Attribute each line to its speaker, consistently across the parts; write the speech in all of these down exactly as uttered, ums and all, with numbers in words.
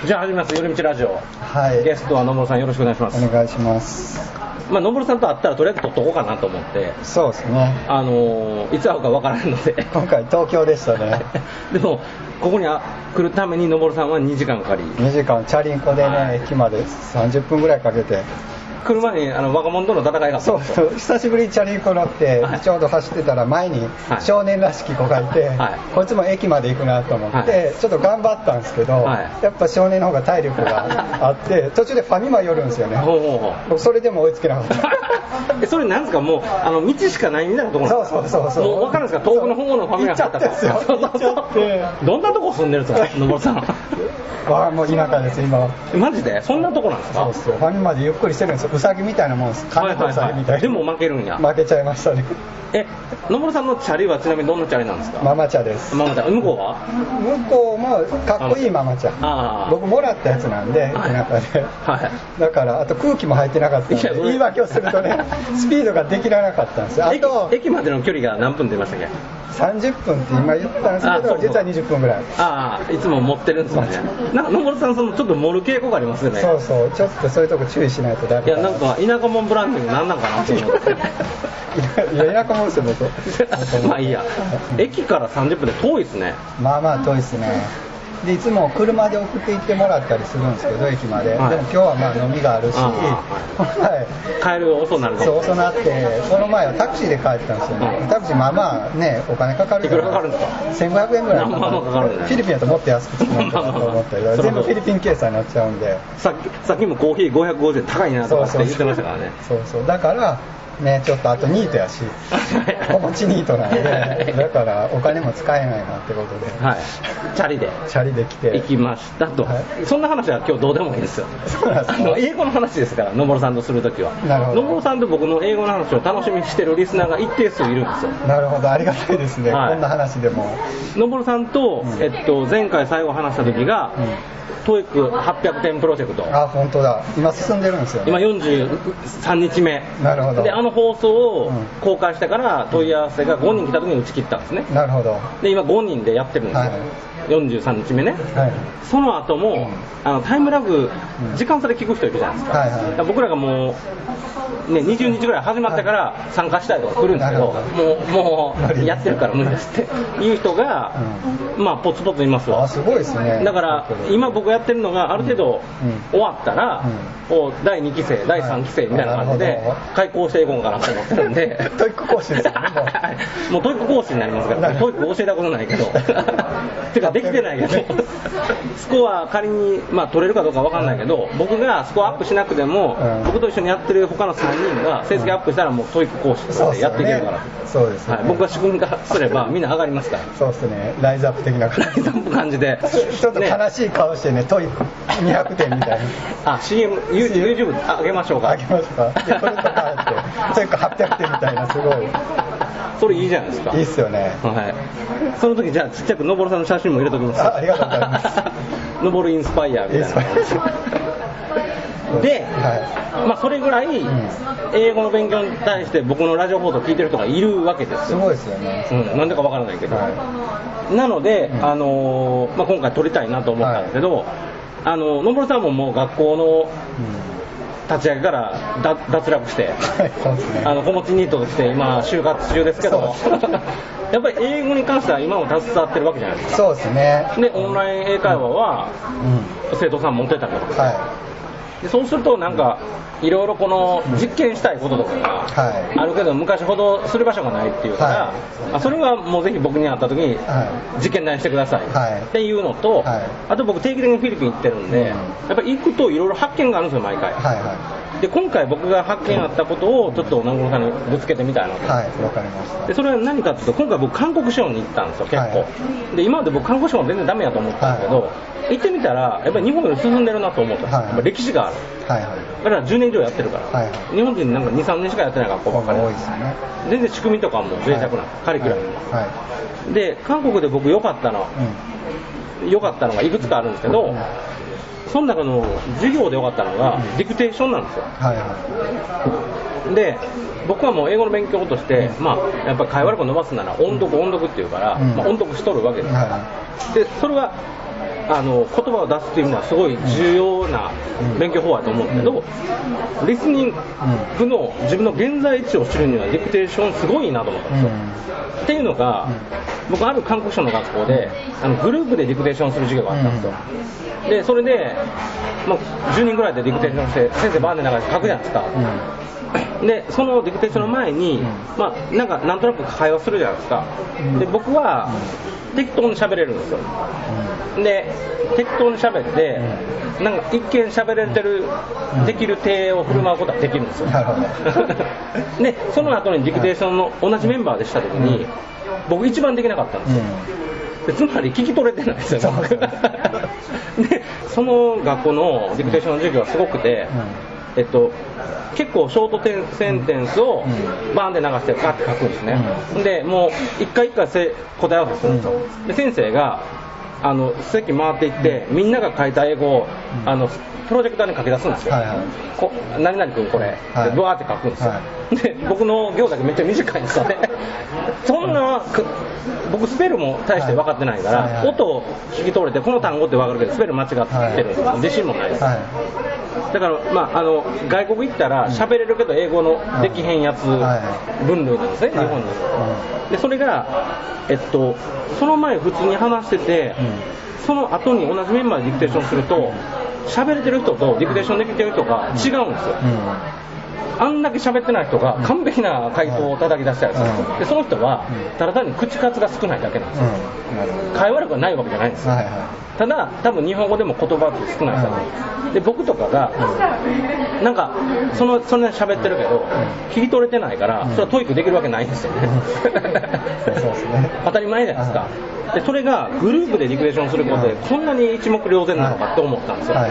Speaker 1: じゃあ始めます、寄り道ラジオ。
Speaker 2: はい。
Speaker 1: ゲストはのぼるさん、よろしくお願いします。
Speaker 2: お願いします。
Speaker 1: まあ、のぼるさんと会ったらとりあえず撮っとこうかなと思って。
Speaker 2: そうですね。
Speaker 1: あのー、いつ会うかわからないので
Speaker 2: 今回東京でしたね
Speaker 1: でもここに来るためにのぼるさんはにじかんかかり、
Speaker 2: にじかんチャリンコでね、はい、駅までさんじゅっぷんぐらいかけて
Speaker 1: 車にあの若者との戦いがあった。
Speaker 2: そうそう、久しぶりにチャリンコ乗って、はい、ちょうど走ってたら前に少年らしき子がいて、はい、こいつも駅まで行くなと思って、はい、ちょっと頑張ったんですけど、はい、やっぱ少年の方が体力があって途中でファミマ寄るんですよね。ほうほうほう。それでも追いつけなかった
Speaker 1: それなんですか、もうあの道しかないみたいなところなんですか。
Speaker 2: そうそうそうそう、
Speaker 1: もう分かるんですか、遠くの方のファミマがあったんですよ。どんなとこ住んでるんですか、のぼるさん
Speaker 2: わあ、もう田舎です、今。
Speaker 1: マジでそんなとこなんですか。
Speaker 2: そうそう、ファミマでゆっくりしてるんですよ。うさぎみたいなもんです。金とうさぎみたいな、はいはいはい、
Speaker 1: でも負けるんや。
Speaker 2: 負けちゃいましたね。
Speaker 1: え、のぼるさんのチャリはちなみにどんなチャリなんですか。
Speaker 2: ママ茶です。
Speaker 1: ママ茶。向こうは
Speaker 2: 向こうもかっこいいママ茶。ああ、僕もらったやつなんで、田舎で、はい、だからあと空気も入ってなかったんで、言い訳をするとねスピードができなかったんですよ。あと
Speaker 1: 駅, 駅までの距離が何分出ましたっけ。
Speaker 2: さんじゅっぷんって今言ったんですけど、そうそう、実はにじゅっぷんぐらい。
Speaker 1: ああ、いつも持ってるんですよね。なんかのぼるさん、そのちょっと盛る傾向がありますよね。
Speaker 2: そうそう、ちょっとそういうとこ注意しないとダメ。
Speaker 1: いや、なんか田舎もんブランディングなんなんかなと思って
Speaker 2: いや、田舎もんですよ僕
Speaker 1: まあいいや、駅からさんじゅっぷんで遠いですね。
Speaker 2: まあまあ遠いですね。でいつも車で送って行ってもらったりするんですけど、駅まで、はい、でも今日はまあ飲みがあるし、この
Speaker 1: 前帰る遅くなると。
Speaker 2: そう遅なって、この前はタクシーで帰ったんですよね、うん、タクシーまあまあね、お金かかるから。
Speaker 1: いくらかかるんですか。
Speaker 2: せんごひゃくえんぐらいかかる。
Speaker 1: まあまあかかるね。
Speaker 2: フィリピンだともっと安くつくのかなと思ったけど全部フィリピン計算になっちゃうんで、
Speaker 1: さっきさっきもコーヒーごひゃくごじゅうえん高いなとかって言ってましたからね。
Speaker 2: そうそう、だからね、ちょっとあとニートやしお持ちニートなんでだからお金も使えないなってことで、はい、
Speaker 1: チャリで
Speaker 2: チャリで来て
Speaker 1: 行きましたと、はい、そんな話は今日どうでもいいんですよ。
Speaker 2: そうなんですか。
Speaker 1: あの英語の話ですから、のぼるさんとするときは。のぼるさんと僕の英語の話を楽しみにしてるリスナーが一定数いるんですよ。
Speaker 2: なるほど、ありがたいですね、はい、こんな話でも。
Speaker 1: のぼるさんと、うん、えっと、前回最後話した時が、うん、トーイックはっぴゃくてんプロジェクト。
Speaker 2: あ、本当だ、今進んでるんですよね。
Speaker 1: 今よんじゅうさんにちめ。
Speaker 2: なるほど。
Speaker 1: であの放送を公開してから問い合わせがごにん来た時に打ち切ったんですね。
Speaker 2: なるほど。
Speaker 1: で今ごにんでやってるんですよ、はい、よんじゅうさんにちめね、はい、その後も、うん、あのタイムラグ、うん、時間差で聞く人いるじゃないですか、はいはい、僕らがもう、ね、にじゅうにちぐらい始まってから参加したいとか来るんですけど、はい、もうもうやってるから無理ですっていう人が、うん、まあポツポツいますわ。
Speaker 2: あ、すごいですね。
Speaker 1: だから今僕やってるのがある程度終わったら、うんうん、だいにきせいだいさんきせいみたいな感じで開講していこうかなと思ってるんで
Speaker 2: トイック講師ですよね
Speaker 1: もうトイック講師になりますからトイック教えたことないけどてかできてないけどスコア仮に、まあ、取れるかどうか分かんないけど、僕がスコアアップしなくても、うん、僕と一緒にやってる他のさんにんが成績アップしたらもうトイック講師としてやっていけるから、
Speaker 2: そうですね、
Speaker 1: はい、僕が仕組み化すればみんな上がりますから。
Speaker 2: そうですね、ライズアップ的な
Speaker 1: ライズアップ感じで
Speaker 2: ちょっと悲しい顔してね、トイックにひゃくてんみたいな
Speaker 1: あ、シーエム、ユーチューブ 上げましょうか。
Speaker 2: 上げましょうか。でこれとかってトイックはっぴゃくてんみたいな、すごい
Speaker 1: それいいじゃないですか。
Speaker 2: いいっすよね。
Speaker 1: はい。その時じゃあちっちゃくのぼるさんの写真も入れときます。
Speaker 2: あ、ありがとうございます。
Speaker 1: のぼるインスパイアみたいな。で、はい、まあそれぐらい英語の勉強に対して僕のラジオ放送を聞いてる人がいるわけですよ。
Speaker 2: すごいですよね。
Speaker 1: うん、なんでかわからないけど。はい、なので、うん、あのー、まあ今回撮りたいなと思ったんですけど、はい、あののぼるさんももう学校の、うん立ち上げから脱落して、はい、そうですね、あの子持ちニートとして今就活中ですけどやっぱり英語に関しては今も携わってるわけじゃないですか。
Speaker 2: そうですね。
Speaker 1: でオンライン英会話は、うん、生徒さん持ってたりとか、はい、でそうするとなんかいろいろこの実験したいこととかがあるけど昔ほどする場所がないっていうから、はい、それはもうぜひ僕に会った時に実験台にしてくださいっていうのと、はい、あと僕定期的にフィリピン行ってるんで、うん、やっぱり行くといろいろ発見があるんですよ毎回、はいはい、で今回僕が発見あったことをちょっと南国さんにぶつけてみたいなと、
Speaker 2: はい、わかりました。
Speaker 1: でそれは何かっていうと今回僕韓国資本に行ったんですよ結構、はい、で今まで僕韓国資本全然ダメやと思ったんですけど、はい、行ってみたらやっぱり日本より進んでるなと思ったんですよ、はい、やっぱ歴史がある、はいはい、だからじゅうねん以上やってるから、はいはい、日本人なんかにさんねんしかやってない学校ばっかり多いですよね。全然仕組みとかも脆弱な、はい、カリキュラムも、はいはい、で韓国で僕良かったの良、うん、かったのがいくつかあるんですけど、うん、その中の授業で良かったのが、うん、ディクテーションなんですよ、はいはい、で僕はもう英語の勉強として、うん、まあやっぱり会話力を伸ばすなら音読音読っていうから、うん、まあ、音読しとるわけです、はい、でそれはあの言葉を出すっていうのはすごい重要な勉強法だと思うんだけど、リスニングの自分の現在位置を知るにはディクテーションすごいなと思ったんですよ。っていうのが、僕ある韓国省の学校であのグループでディクテーションする授業があったんですよ。でそれで、まあ、じゅうにんぐらいでディクテーションして先生バーンで流して書くじゃないですか。でそのディクテーションの前に、まあ、なんかなんとなく会話するじゃないですか。で僕は適当に喋れるんですよ。で適当に喋ってなんか一見喋れてるできる手を振る舞うことはできるんですよ。でその後にディクテーションの同じメンバーでした時に僕一番できなかったんですよ。でつまり聞き取れてないんですよ。でその学校のディクテーションの授業はすごくて、えっと、結構ショートテンセンテンスをバーンで流してガーって書くんですね。でもう一回一回せ答え合わせするんですよ。で先生があの席回っていってみんなが書いた英語をあのプロジェクターに書き出すんですよ。はいはい、こ何々君これ、はい、でブワーって書くんですよ。はい、で僕の行だけめっちゃ短いんですよね。そんな僕スペルも大して分かってないから、はいはいはい、音を聞き取れてこの単語って分かるけどスペル間違ってるんですよ。はい、自信もないです。はい、だから、まあ、あの外国行ったら喋れるけど英語のできへんやつ分類なんですね、はい、日本に。でそれが、えっと、その前普通に話してて、うん、その後に同じメンバーでディクテーションすると喋れてる人とディクテーションできてる人が違うんですよ。うんうん、あんだけ喋ってない人が完璧な回答を叩き出したりする、うん、でその人はただ単に口数が少ないだけなんですよ。うん、会話力がないわけじゃないんですよ。はいはい、ただ多分日本語でも言葉って少ないから、うん、で僕とかが、うん、なんかそのそんなに喋ってるけど、うん、聞き取れてないから、うん、それはトイックできるわけないんですよね。当たり前じゃないですか。でそれがグループでディクテーションすることでこんなに一目瞭然なのかって思ったんですよ。はい、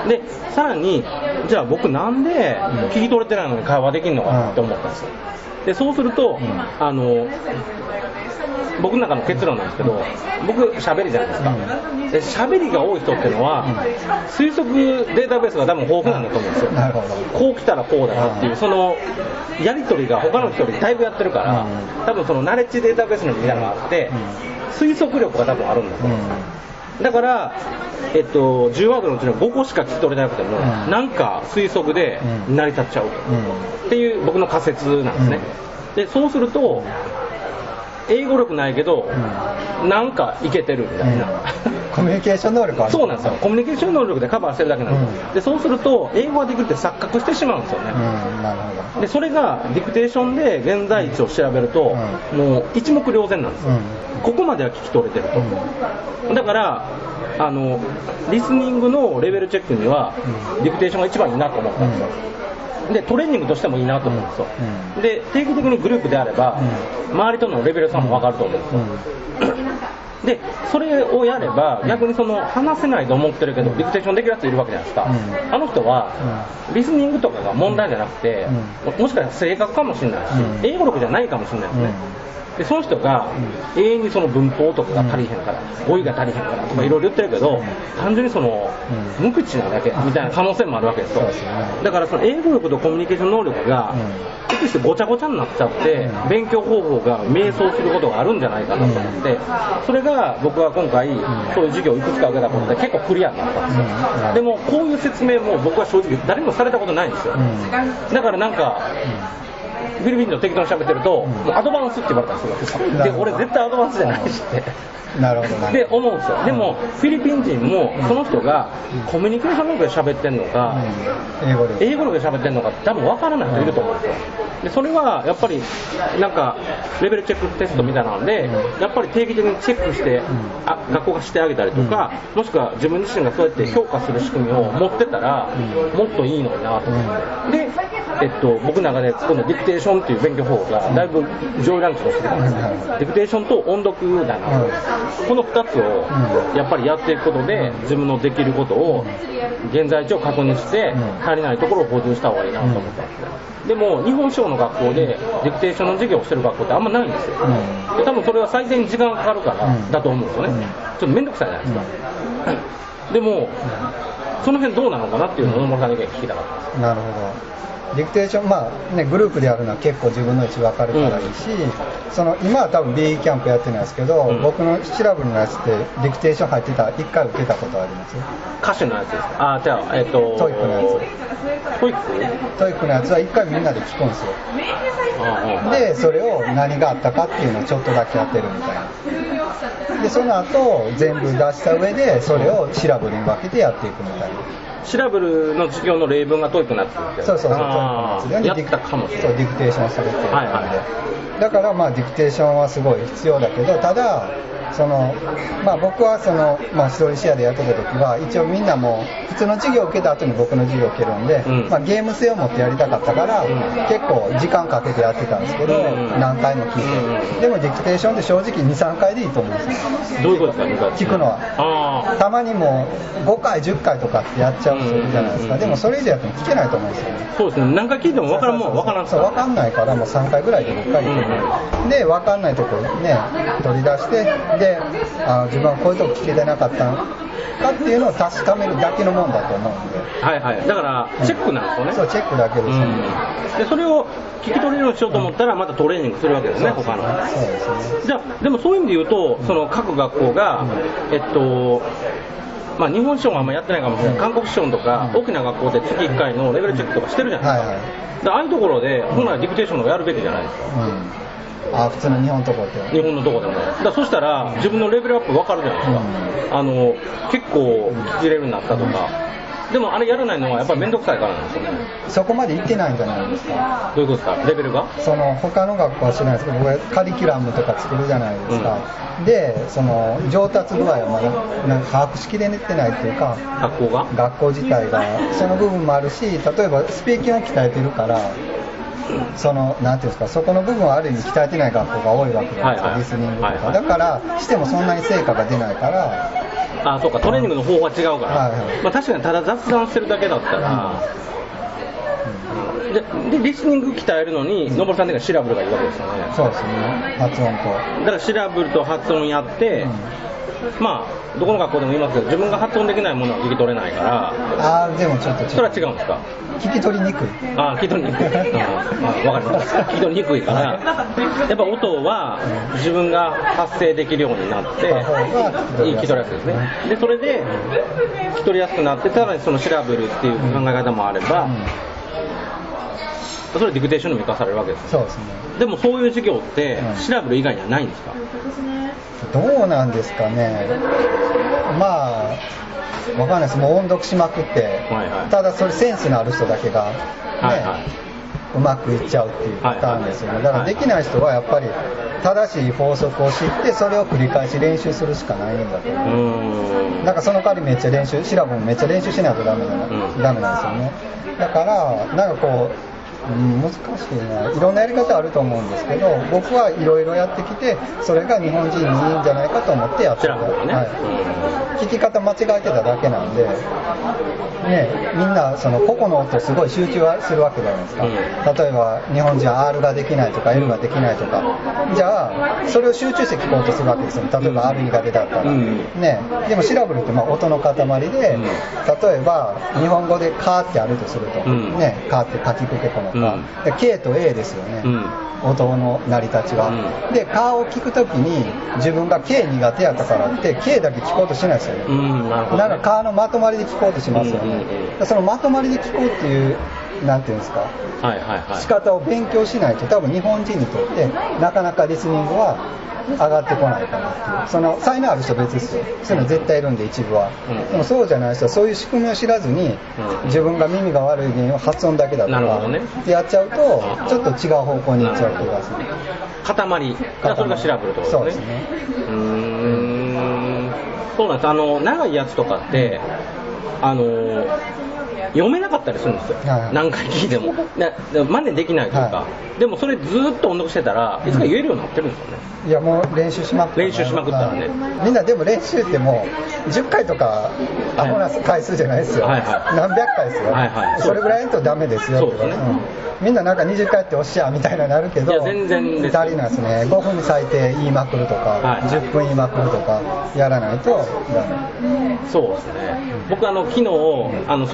Speaker 1: でさらにじゃあ僕なんで聞き取れてないのに会話できるのかなって思ったんですよ。でそうすると、うん、あの僕の中の結論なんですけど、僕喋りじゃないですか。で喋りが多い人っていうのは推測データベースが多分豊富なんだと思うんですよ。こう来たらこうだなっていうそのやり取りが他の人よりだいぶやってるから、多分そのナレッジデータベースのみたいなのがあって推測力が多分あるんだと思うんですよ。だから、えっと、じゅうワードのうちのごこしか聞き取れなくても、うん、なんか推測で成り立っちゃうと、うん、っていう僕の仮説なんですね。うん、でそうすると英語力ないけど、うん、なんかいけてるみたいな、うん、
Speaker 2: コミュニケーション能力ある。
Speaker 1: そうなんですよ。コミュニケーション能力でカバーしてるだけなんですよ。うん、でそうすると英語ができるって錯覚してしまうんですよね。うん、なるほど。でそれがディクテーションで現在地を調べると、うん、もう一目瞭然なんですよ。うん、ここまでは聞き取れてると。うん、だからあのリスニングのレベルチェックには、うん、ディクテーションが一番いいなと思ったんですよ。うん、でトレーニングとしてもいいなと思うんですよ。うん、で定期的にグループであれば、うん、周りとのレベル差も分かると思うんですよ。うん、でそれをやれば逆にその話せないと思ってるけどディクテーションできるやついるわけじゃないですか。うん、あの人は、うん、リスニングとかが問題じゃなくて、うん、もしかしたら性格かもしれないし、うん、英語力じゃないかもしれないですね。うん、でその人が永遠にその文法とかが足りへんから、語彙が足りへんからとかいろいろ言ってるけど、単純にその無口なだけみたいな可能性もあるわけですよ。だからその英語力とコミュニケーション能力がいくしてごちゃごちゃになっちゃって勉強方法が迷走することがあるんじゃないかなと思って、それが僕は今回そういう授業をいくつか受けたことで結構クリアになったんですよ。でもこういう説明も僕は正直誰もされたことないんですよ。だからなんかフィリピンの適当に喋ってると、うん、もうアドバンスって言われたりするわけですよ。で俺絶対アドバンスじゃないしって
Speaker 2: なるほどな
Speaker 1: で思うんですよ。でもフィリピン人もその人がコミュニケーション能力で喋ってるのか、うん、英語で英語力で喋ってるのか多分分からない人いると思うんですよ。でそれはやっぱりなんかレベルチェックテストみたいなので、うん、やっぱり定期的にチェックして、うん、あ学校がしてあげたりとか、うん、もしくは自分自身がそうやって評価する仕組みを持ってたら、うん、もっといいのになと思って、うん、で、えっと、僕の中でこのディクテーションっていう勉強方法がだいぶ上位ランクとしてたんですよ。うん、ディクテーションと音読だな、うん、このふたつをやっぱりやっていくことで自分のできることを現在地を確認して足りないところを補充した方がいいなと思ったんですね。でも日本司法の学校でディクテーションの授業をしてる学校ってあんまないんですよ。うん、で多分それは採点に時間がかかるからだと思うんですよね。うん、ちょっと面倒くさいじゃないですか。うん、でもその辺どうなのかなっていうのを野村さんに聞きたかったです。
Speaker 2: なるほど。 ディクテーション、まあね、グループでやるのは結構自分の位置分かるからいいし、うん、その今は多分 B キャンプやってないですけど、うん、僕のシラブルのやつってディクテーション入ってたらいっかい受けたことあります。
Speaker 1: 歌手のやつですか？あ、じゃあ、えっ、ー、と
Speaker 2: トイックのやつ
Speaker 1: トイック
Speaker 2: トイックのやつはいっかいみんなで聞くんですよ。でそれを何があったかっていうのをちょっとだけ当てるみたいな。でその後全部出した上でそれをシラブルに分けてやっていくみたいな。
Speaker 1: シラブルの授業の例文がトイックのやつって
Speaker 2: そうそうそう、トイックのやつで
Speaker 1: やったかもしれない。
Speaker 2: そうディクテーションするっていう感じで、はいはい、だからまあディクテーションはすごい必要だけど、ただそのまあ、僕はその、まあ、一人シェアでやってた時は一応みんなも普通の授業を受けた後に僕の授業を受けるんで、うん、まあ、ゲーム性を持ってやりたかったから、うん、結構時間かけてやってたんですけど、うん、何回も聞いて、うん、でもディクテーションって正直 にさんかいでいいと思うんですよ。
Speaker 1: どういうことですか？
Speaker 2: 聞くのはたまにもごかいじゅっかいとかってやっちゃう人いるじゃないですか。でもそれ以上やっても聞けないと思うんですよね。
Speaker 1: そうですね、何回聞いても分からんもん分からん
Speaker 2: そう分かんないからもうさんかいぐらいでごかい聞く、うん、で分かんないとこね取り出してであ自分はこういうとこ聞けてなかったのかっていうのを確かめるだけのもんだと思うんで、
Speaker 1: はいはい、だからチェックなんですよね、うん、
Speaker 2: そうチェックだけですよね、
Speaker 1: うん、でそれを聞き取れるようにしようと思ったらまたトレーニングするわけですね、他の。
Speaker 2: そうですね。
Speaker 1: じゃあでもそういう意味で言うと、その各学校が、うん、えっとまあ、日本ションはあんまやってないかもしれない、うん、韓国ションとか、うん、大きな学校で月いっかいのレベルチェックとかしてるじゃないですか、はいはい、でああいうところで本来ディクテーションをやるべきじゃないですか、
Speaker 2: うん、あ普通の日本のとこって
Speaker 1: 日本のとこでもだそしたら自分のレベルアップ分かるじゃないですか、うん、あの結構聞きれるようになったとか、うん、でもあれやらないのはやっぱり面倒くさいからなんですよね。
Speaker 2: そこまで行ってないんじゃないですか。
Speaker 1: どういうことですか？レベルが
Speaker 2: その他の学校は知らないですけど僕はカリキュラムとか作るじゃないですか、うん、でその上達具合はまだなんか把握しきれてないっていうか
Speaker 1: 学校が
Speaker 2: 学校自体がその部分もあるし、例えばスピーキングを鍛えてるからそのなんていうんですか、そこの部分はある意味鍛えてない学校が多いわけじゃないですか、はいはい、リスニングとか、はいはい、だからしてもそんなに成果が出ないから。
Speaker 1: あそうかトレーニングの方法は違うから、はいはい、まあ、確かにただ雑談してるだけだったら、うん、で, でリスニング鍛えるのにのぼるさんがシラブルがいいわけですよね。
Speaker 2: そうですね、発音と
Speaker 1: だからシラブルと発音やって、うん、まあどこの学校でも言いますけど自分が発音できないものは聞き取れないから。
Speaker 2: あーでもちょっと違う。
Speaker 1: それは違うんですか？
Speaker 2: 聞き取りにくい。
Speaker 1: あ聞き取りにくい。あ分かります。聞き取りにくいからやっぱ音は自分が発声できるようになって聞き取りやすいですね。でそれで聞き取りやすくなってさらにそのシラブルっていう考え方もあれば、うんうん、それディクテーションにも生かされるわけです。
Speaker 2: そうですね。
Speaker 1: でもそういう授業ってシラブル以外にはないんですか？
Speaker 2: どうなんですかね。まあわかんないです。もう音読しまくって、はいはい、ただそれセンスのある人だけが、ね、はいはい、うまくいっちゃうっていうパターンですよね、はいはい、だからできない人はやっぱり正しい法則を知ってそれを繰り返し練習するしかないんだと思う。うーんなんかその代わりめっちゃ練習シラブもめっちゃ練習しないとダメな、うん、ダメなんですよね。だからなんかこううん、難しいな。いろんなやり方あると思うんですけど僕はいろいろやってきてそれが日本人にいいんじゃないかと思ってやってる、ねはい、聞き方間違えてただけなんで、ね、みんなその個々の音すごい集中するわけじゃないですか、うん、例えば日本人は R ができないとか L ができないとか、うん、じゃあそれを集中して聞こうとするわけですよ。例えば アールイー が出だったら、うんね、でもシラブルってまあ音の塊で、うん、例えば日本語でカーってあるとすると、うんね、カーってかきくけこのうん、K と A ですよね、うん、音の成り立ちは、うん、でカーを聞くときに自分が K 苦手やったからって K だけ聞こうとしないですよね、うん、なるほどね。だからカーのまとまりで聞こうとしますよね、うんうんうん、そのまとまりで聞こうっていうなんていうんですか、はいはいはい、仕方を勉強しないと多分日本人にとってなかなかリスニングは上がってこないかなっていう。その才能ある人は別ですよ、そういうの絶対いるんで一部は、うん、でもそうじゃない人はそういう仕組みを知らずに、うん、自分が耳が悪い原因は発音だけだとか、ね、ってやっちゃうとちょっと違う方向に行っちゃう気がする。
Speaker 1: 塊がそれがシラブルってことですね。そうですね。うーんそうなんです。あの長いやつとかってあの読めなかったりするんですよ、はいはい、何回聞いても真似できないというか、はい、でもそれずっと音読してたらいつか言えるようになってるんですよね、
Speaker 2: うん、いやもう練習しまくったら、
Speaker 1: 練習しまくったらね、はい、み
Speaker 2: んなでも練習ってもうじゅっかいとかアホな回数じゃないですよ、はいはい、何百回ですよ、はいはい、それぐらいとダメですよってこと、ねうん、みんななんかにじゅっかいっておっしゃみたいななるけど
Speaker 1: 全然です
Speaker 2: 足りないですね。ごふん最低言いまくるとか、はい、じゅっぷん言いまくるとかやらないとダメ。
Speaker 1: そうですね、僕あの昨日あの相談を受け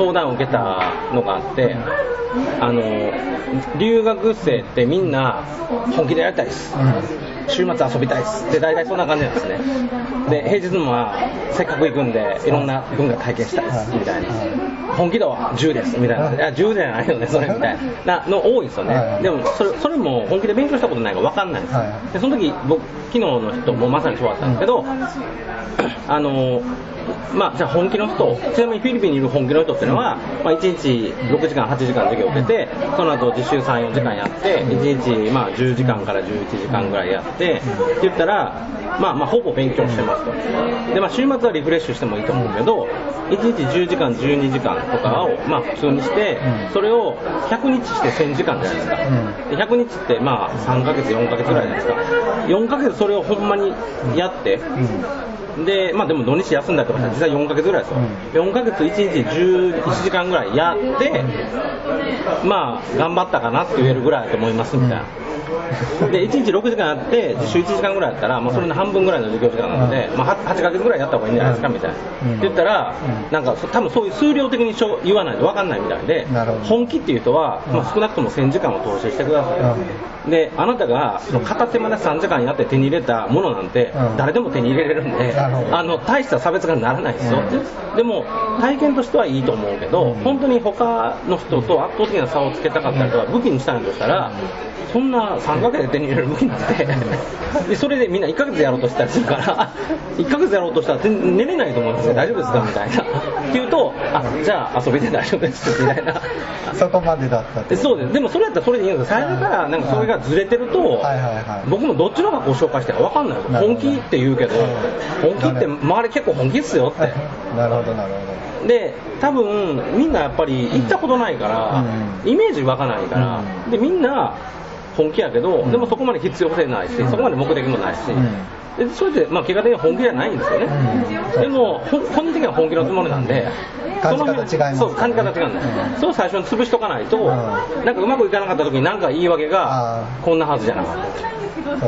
Speaker 1: してたのがあって、あの留学生ってみんな本気でやりたいです、うん、週末遊びたいですって大体そんな感じなんですね。で平日もまあせっかく行くんでいろんな文化体験したいですみたいな、本気度はじゅうですみたいな、いやじゅうじゃないよねそれみたいなの多いですよね。でもそれ、それも本気で勉強したことないから分かんないんです。でその時僕昨日の人もまさにそうだったんですけど、あのまあ、じゃあ本気の人、ちなみにフィリピンにいる本気の人っていうのは、まあ、いちにちろくじかんはちじかん授業を受けて、その後実習さん、よじかんやって、いちにちまあじゅうじかんからじゅういちじかんぐらいやって、って言ったら、まあ、まあほぼ勉強してますと。で、まあ、週末はリフレッシュしてもいいと思うけど、いちにちじゅうじかん、じゅうにじかんとかをまあ普通にして、それをひゃくにちしてせんじかんじゃないですか。でひゃくにちってまあさんかげつ、よんかげつぐらいじゃないですか。よんかげつそれをほんまにやって、で、まあでも土日休んだりとか実際よんかげつぐらいですよ、うん、よんかげついちにちじゅういちじかんぐらいやって、まあ頑張ったかなって言えるぐらいだと思いますみたいな、うん、でいちにちろくじかんやって実習いちじかんぐらいやったら、まあ、それの半分ぐらいの授業時間なので、まあ、はちかげつぐらいやった方がいいんじゃないですかみたいな、うん、って言ったら、なんか多分そういう数量的に言わないと分かんないみたいで、本気っていう人は、まあ、少なくともせんじかんを投資してください、うん、であなたがその片手間でさんじかんやって手に入れたものなんて誰でも手に入れれるんで、あの大した差別化にならないですよ、うん、でも体験としてはいいと思うけど、うん、本当に他の人と圧倒的な差をつけたかったりとか武器にしたいとしたら、そんなさんかげつで手に入れる武器になってでそれでみんないっかげつやろうとしたりするからいっかげつやろうとしたら寝れないと思うんですよ、大丈夫ですかみたいなって言うと、あ、じゃあ遊びで大丈夫ですみたいな
Speaker 2: そこまでだったって。
Speaker 1: そうです。でもそれやったらそれでいいんですよ。最初からなんかそれがずれてると、はいはいはい、僕もどっちの方がご紹介してるか分かんないです。本気って言うけど、本気って周り結構本気っすよって。
Speaker 2: なるほどなるほど。
Speaker 1: で多分みんなやっぱり行ったことないから、うん、イメージ湧かないから、うん、でみんな本気やけど、うん、でもそこまで必要性ないし、うん、そこまで目的もないし、うん、でそれでまあ結果的に本気じゃないんですよね、うん、でも本人的には本気のつもりなんで、
Speaker 2: 感じ方違います、ね、
Speaker 1: そう感じ方違うんだよ、うん、それを最初に潰しとかないと、うん、なんかうまくいかなかった時に何か言い訳がこんなはずじゃなかった、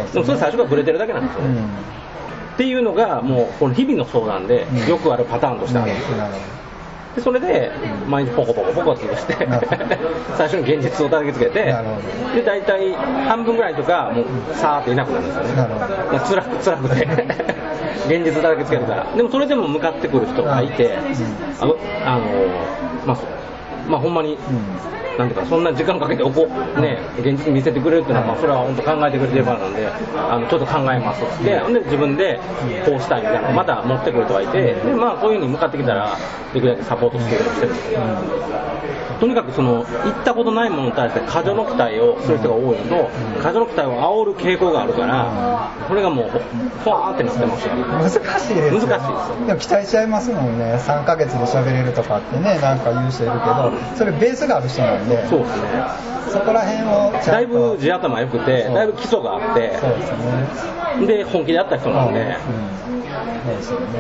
Speaker 1: でもそれ最初からブレてるだけなんですよ、うん、っていうのがもうこの日々の相談でよくあるパターンとしてあるんですよ、うんうん、でそれで毎日ポコポコポコ潰して最初に現実を叩きつけて、で大体半分ぐらいとかもうさーっていなくなるんですよね、辛く辛くて現実叩きつけるから。でもそれでも向かってくる人がいて、あのあのまあまあほんまに、なんていうかそんな時間かけておこね現実に見せてくれるっていうのは、まあそれは本当考えてくれてるからなんで、あのちょっと考えますってで自分でこうしたいみたいなのをまた持ってくる人がいて、でまあそういう風に向かってきたらできるだけサポートしてるしてるんですけど、とにかくその行ったことないものに対して過剰の期待をする人が多いのと、過剰の期待を煽る傾向があるから、これがもうフワーってなってますよ。
Speaker 2: 難しいですよ。難しいですよ。でも期待しちゃいますもんね。さんかげつで喋れるとかってね、なんか言う人いるけど、それベースがある人なんで、
Speaker 1: そうですね、
Speaker 2: そこら辺をちゃんと
Speaker 1: だいぶ地頭良くて、だいぶ基礎があって、そうですね、で本気でやった人なんで、うんうん、そうですよね、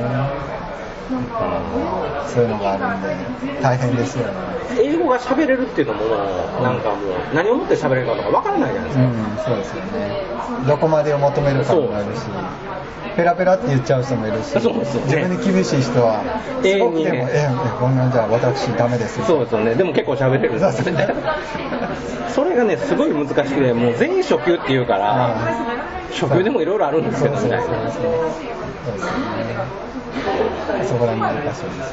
Speaker 2: そういうのがあるんで大変ですよね。
Speaker 1: 英語が喋れるっていうのもなんかもう何をもって喋れるかとか分からないじゃないですか、うん、
Speaker 2: そうですよね。どこまでを求めるかもあるし、ペラペラって言っちゃう人もいるし、そうですよね、自分に厳しい人はすごくでもええこんなんじゃ私ダメですよ。
Speaker 1: そうですよね。でも結構喋れるんですよねそれがねすごい難しくて、もう全員初級っていうから、初級でもいろいろあるんですけどね。そうですね。
Speaker 2: そこら辺難しいですよね。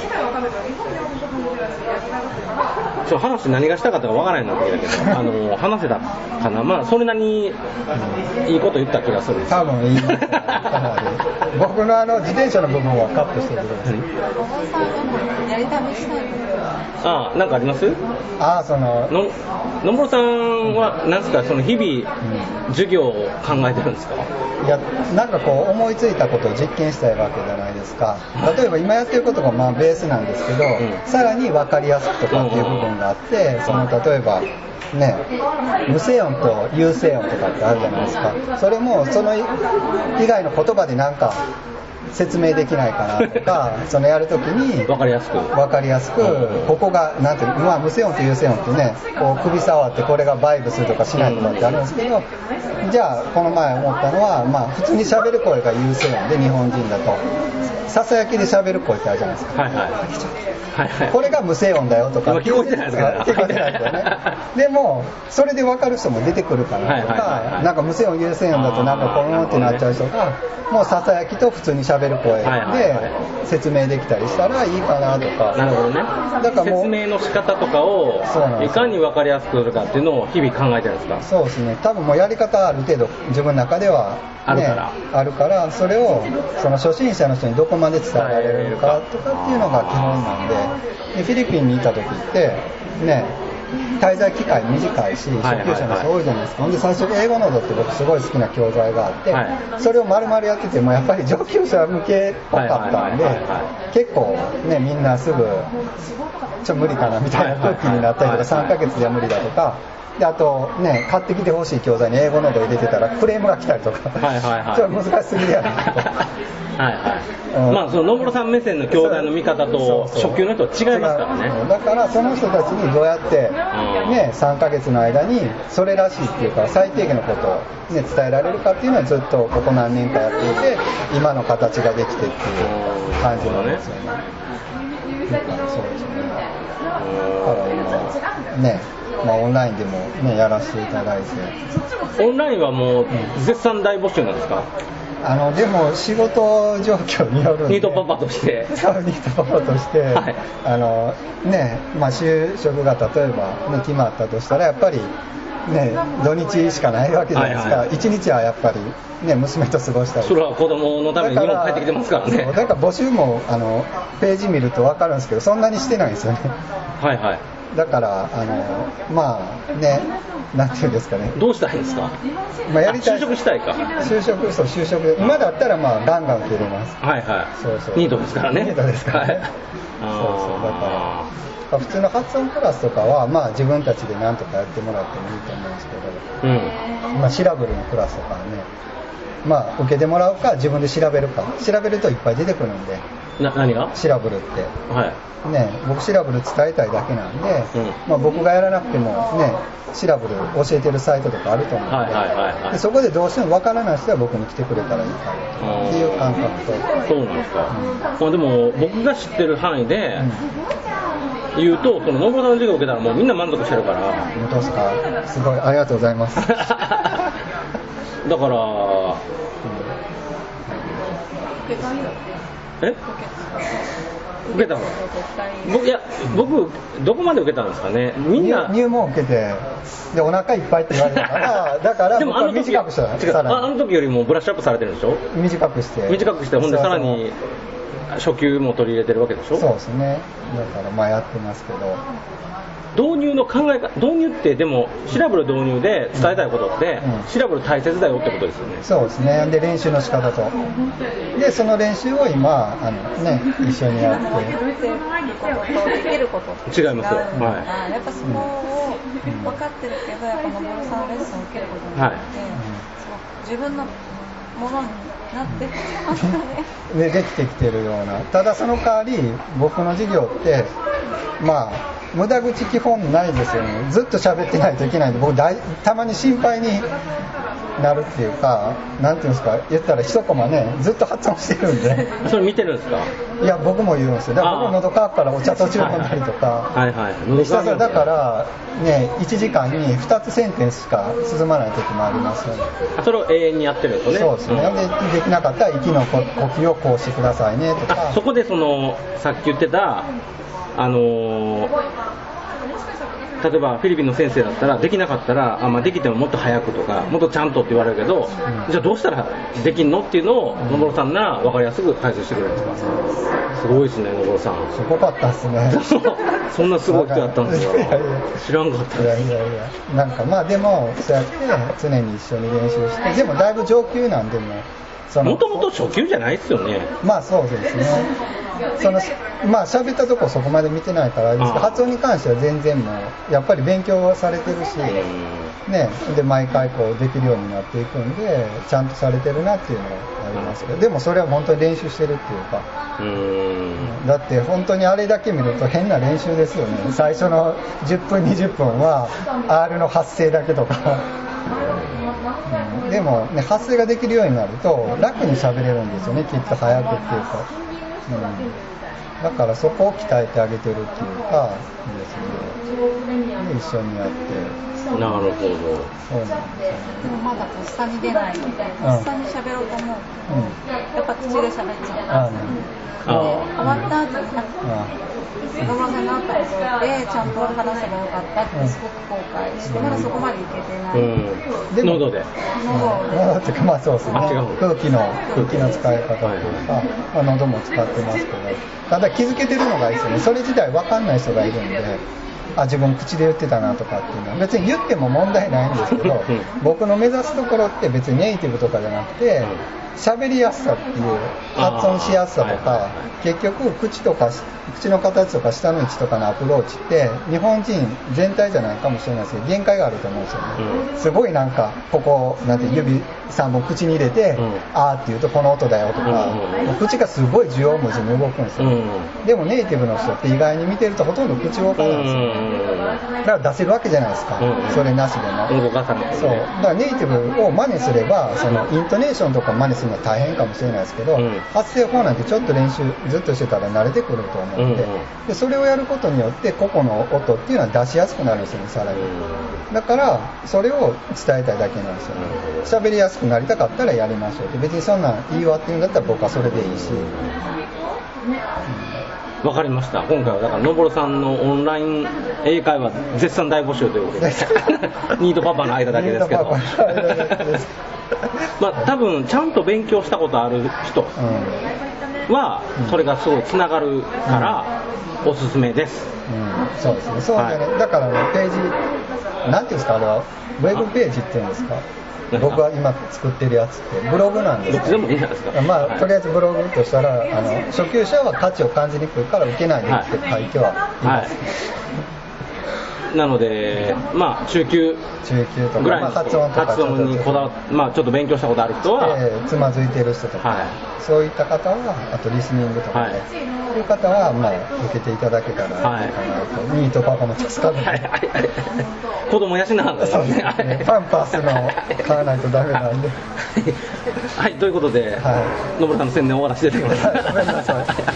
Speaker 1: ちょ話何がしたかったかわからないんだけど、あの話せたかな、まあそれなりにいいこと言った気がするんです。
Speaker 2: 多分いい僕のあの自転車の部分はカットしてください。
Speaker 3: やり試したい。
Speaker 1: ああ、なんかあります？
Speaker 2: ああ、その
Speaker 1: の野村さんは何ですか、その日々授業を考えてるんですか？
Speaker 2: いや、なんかこう思いついたことを実験したいわけじゃないですか。例えば今やってることがまあベースなんですけど、うん、さらに分かりやすくとかっていう部分があって、その例えばね、無声音と有声音とかってあるじゃないですか。それもその以外の言葉でなんか説明できないかなとかそのやるときに
Speaker 1: 分かりやすく
Speaker 2: 分かりやすくここがなんていうの、まあ、無声音と有声音ってね、こう首触ってこれがバイブするとかしないとかってあるんですけど、じゃあこの前思ったのは、まあ、普通に喋る声が有声音で日本人だとささやきで喋る声ってあるじゃないですか、
Speaker 1: はいはいはいはい、
Speaker 2: これが無声音だよとか
Speaker 1: 聞こえてないですから
Speaker 2: 聞こえてないですよねでもそれで分かる人も出てくるからとか、はいはいはいはい、なんか無声音有声音だとなんかコーンってなっちゃう人がもうささやきと普通に喋る声で説明できたりしたらいいかなとか。
Speaker 1: なるほどね。だからもう説明の仕方とかをいかに分かりやすくするかっていうのを日々考えてるんですか。
Speaker 2: そうですね。多分もうやり方ある程度自分の中では、ね、
Speaker 1: あるから
Speaker 2: あるからそれをその初心者の人にどこまで伝えられるかとかっていうのが基本なんで、でフィリピンにいた時ってね滞在期間短いし初級者の人多いじゃないですか。ほんで最初英語ノードって僕すごい好きな教材があって、はい、それを丸々やっててもやっぱり上級者向けっぽかったんで結構ねみんなすぐちょっと無理かなみたいな空気になったりとかさんかげつでは無理だとかであとね買ってきてほしい教材に英語ノード入れてたらクレームが来たりとか、はいはいはい、ちょっと難しすぎるやろ
Speaker 1: はいはい、うん、まあその野村さん目線の教材の見方と初級の人は違いますからね。
Speaker 2: だからその人たちにどうやってねさんかげつの間にそれらしいっていうか最低限のことをね伝えられるかっていうのはずっとここ何年かやっていて今の形ができてっていう感じなんですよね。だからそうですね。だから今ねまあオンラインでもねやらせていただいて。
Speaker 1: オンラインはもう絶賛大募集なんですか。
Speaker 2: あのでも仕事状況によるんで
Speaker 1: ニートパパとして
Speaker 2: そうニートパパとして、はい、あのねまあ就職が例えば、ね、決まったとしたらやっぱりね土日しかないわけじゃないですか、はいはい、いちにちはやっぱりね娘と過ごしたり
Speaker 1: それは子供のために日本帰ってきてますからね。
Speaker 2: だから募集もあのページ見ると分かるんですけどそんなにしてないんですよね。
Speaker 1: はいはい。
Speaker 2: だからあのまあねなんていうんですかね。
Speaker 1: どうしたいんですか。
Speaker 2: まあやりたい。
Speaker 1: 就職したいか。
Speaker 2: 就職そう就職今だったらまあガンガン受けれます。
Speaker 1: はいはい。そうそう。ニートですからね。
Speaker 2: ニートですからね。はい、そうそうだから普通の発音クラスとかはまあ自分たちでなんとかやってもらってもいいと思うんですけど、うん、まあシラブルのクラスとかはね。まあ受けてもらうか自分で調べるか調べるといっぱい出てくるんで。
Speaker 1: な何が？
Speaker 2: シラブルって。はい。ね、僕シラブル伝えたいだけなんで、うんまあ、僕がやらなくてもねシラブル教えてるサイトとかあると思うので、はいはいはいはい、でそこでどうしても分からない人は僕に来てくれたらいいかなっていう感覚と。
Speaker 1: そうなんですか、うんまあ、でも僕が知ってる範囲で言うと、その野村さんの授業を受けたらもうみんな満足してるから。
Speaker 2: 本当ですか。すごいありがとうございますだから、うん
Speaker 1: え受けたの僕いや僕どこまで受けたんですかね。みんな
Speaker 2: 入門受けてでお腹いっぱいって言われたからだから僕は短くした。
Speaker 1: あの時よりもブラッシュアップされてるんでしょ。
Speaker 2: 短くして
Speaker 1: 短くしてほんでさらに初級も取り入れてるわけでしょ。
Speaker 2: そうですね。だからまあやってますけど
Speaker 1: 導入の考え方、導入ってでもシラブル導入で伝えたいことって、うん、シラブル大切だよってことですよね。
Speaker 2: そうですね。で練習の仕方とでその練習を今あの、ね、一緒にやって。
Speaker 3: できることって違う。
Speaker 1: 違いますよ。はい。
Speaker 3: やっぱそこを分かってるけどやっぱ野村さんのレッスンを受けることによって、はい、自分のものになってきてますかね。
Speaker 2: でできてきてるような。ただその代わり僕の授業ってまあ無駄口基本ないですよね。ずっと喋ってないといけないんで僕だいたまに心配になるっていうかなんていうんですか言ったら一コマねずっと発音してるんで
Speaker 1: それ見てるんですか。
Speaker 2: いや僕も言うんですよ。だから僕喉乾くからお茶途中飲んだりとかはいはいはいだからねいちじかんにふたつセンテンスしか進まない時もありますよね。
Speaker 1: それを永遠にやってるんですよね。
Speaker 2: そうですね、うん、で, できなかったら息の呼吸をこうしてくださいねとか。
Speaker 1: そこでそのさっき言ってたあのー、例えばフィリピンの先生だったらできなかったらあ、まあ、できてももっと早くとかもっとちゃんとって言われるけど、うん、じゃあどうしたらできんのっていうのを野村さんなら分かりやすく解説してくれるんですか。すごいですね野村さん。
Speaker 2: すごかったですね
Speaker 1: そんなすごい人やったんですよ。いやいや知らんかったです。
Speaker 2: いやいやいやなんかまあでもそうやって常に一緒に練習してでもだいぶ上級なんでも
Speaker 1: もともと初級じゃないですよね。
Speaker 2: まあそうですね。そのまあ喋ったとこそこまで見てないからあれですけど発音に関しては全然もうやっぱり勉強はされてるし、ね、で毎回こうできるようになっていくんでちゃんとされてるなっていうのはありますけどでもそれは本当に練習してるっていうかうーんだって本当にあれだけ見ると変な練習ですよね。最初のじゅっぷんにじゅっぷんは R の発声だけとかうん、でも、ね、発声ができるようになると楽に喋れるんですよねきっと早くっていうかうん、だからそこを鍛えてあげてるっていうかですね、で一緒にやって。
Speaker 1: なるほど。そうなんですよね。
Speaker 3: でもまだとっさに出ないので、とっさに喋ろうと思うと、うん、やっぱ口で喋っちゃう。で、終わった後に、子供さんのあったことでちゃんと話せばよかったってすごく後悔して、まだそこまでいけてない。
Speaker 1: うん、で喉で。
Speaker 2: 喉っていうか、まあそうですね。空気の空気の使い方というか、まあ、喉も使ってますけど、ただ気づけてるのがいいですよね。それ自体分かんない人がいるんで。あ、自分口で言ってたなとかっていうのは別に言っても問題ないんですけど、僕の目指すところって別にネイティブとかじゃなくて喋りやすさっていう発音しやすさとか、結局口とか口の形とか舌の位置とかのアプローチって日本人全体じゃないかもしれないですけど限界があると思うんですよね。すごいなんかここなんて指さんぼん口に入れてあーって言うとこの音だよとか、口がすごい縦横無尽に動くんですよ。でもネイティブの人って意外に見てるとほとんど口動かないんですよ。だから出せるわけじゃないですか、それなしでも。そうだからネイティブを真似すればそのイントネーションとか真似するのは大変かもしれないですけど、発声法なんてちょっと練習ずっとしてたら慣れてくると思うので、でそれをやることによって個々の音っていうのは出しやすくなるんですよね、さらに。だからそれを伝えたいだけなんですよね。喋りやすくなりたかったらやりましょうって、別にそんなんいいわっていうんだったら僕はそれでいいし。
Speaker 1: わかりました。今回はだからのぼるさんのオンライン英会話絶賛大募集ということでニートパパの間だけですけどまあ多分ちゃんと勉強したことある人はそれがすごいつながるからおすすめです、
Speaker 2: うんうん、そうですね。そうじゃね、はい、だからねページなんていうんですか、あれはウェブページっていうんですか、僕が今作ってるやつってブログなんです
Speaker 1: よ。でもいいんじゃないですか。
Speaker 2: まあとりあえずブログとしたらあの初級者は価値を感じにくいから受けないでって書いてはいます、はいはい、
Speaker 1: なのでまあ中級
Speaker 2: 中級とか、
Speaker 1: ぐらいの
Speaker 2: まあ、発音とか
Speaker 1: 発音にこだわって、まあ、ちょっと勉強したことある人は、
Speaker 2: えー、つまずいてる人とか、はい、そういった方はあとリスニングとかね、はい、そういう方は、まあ、受けていただけたらいいかなと、はい、ニートパパも助かるので、はいはいはい、
Speaker 1: 子供養うんだ
Speaker 2: そうですね、パンパースの買わないとダメなんで
Speaker 1: はい、ということで、はい、のぼるさんの宣伝を終わらせていただきます。
Speaker 2: ごめんなさい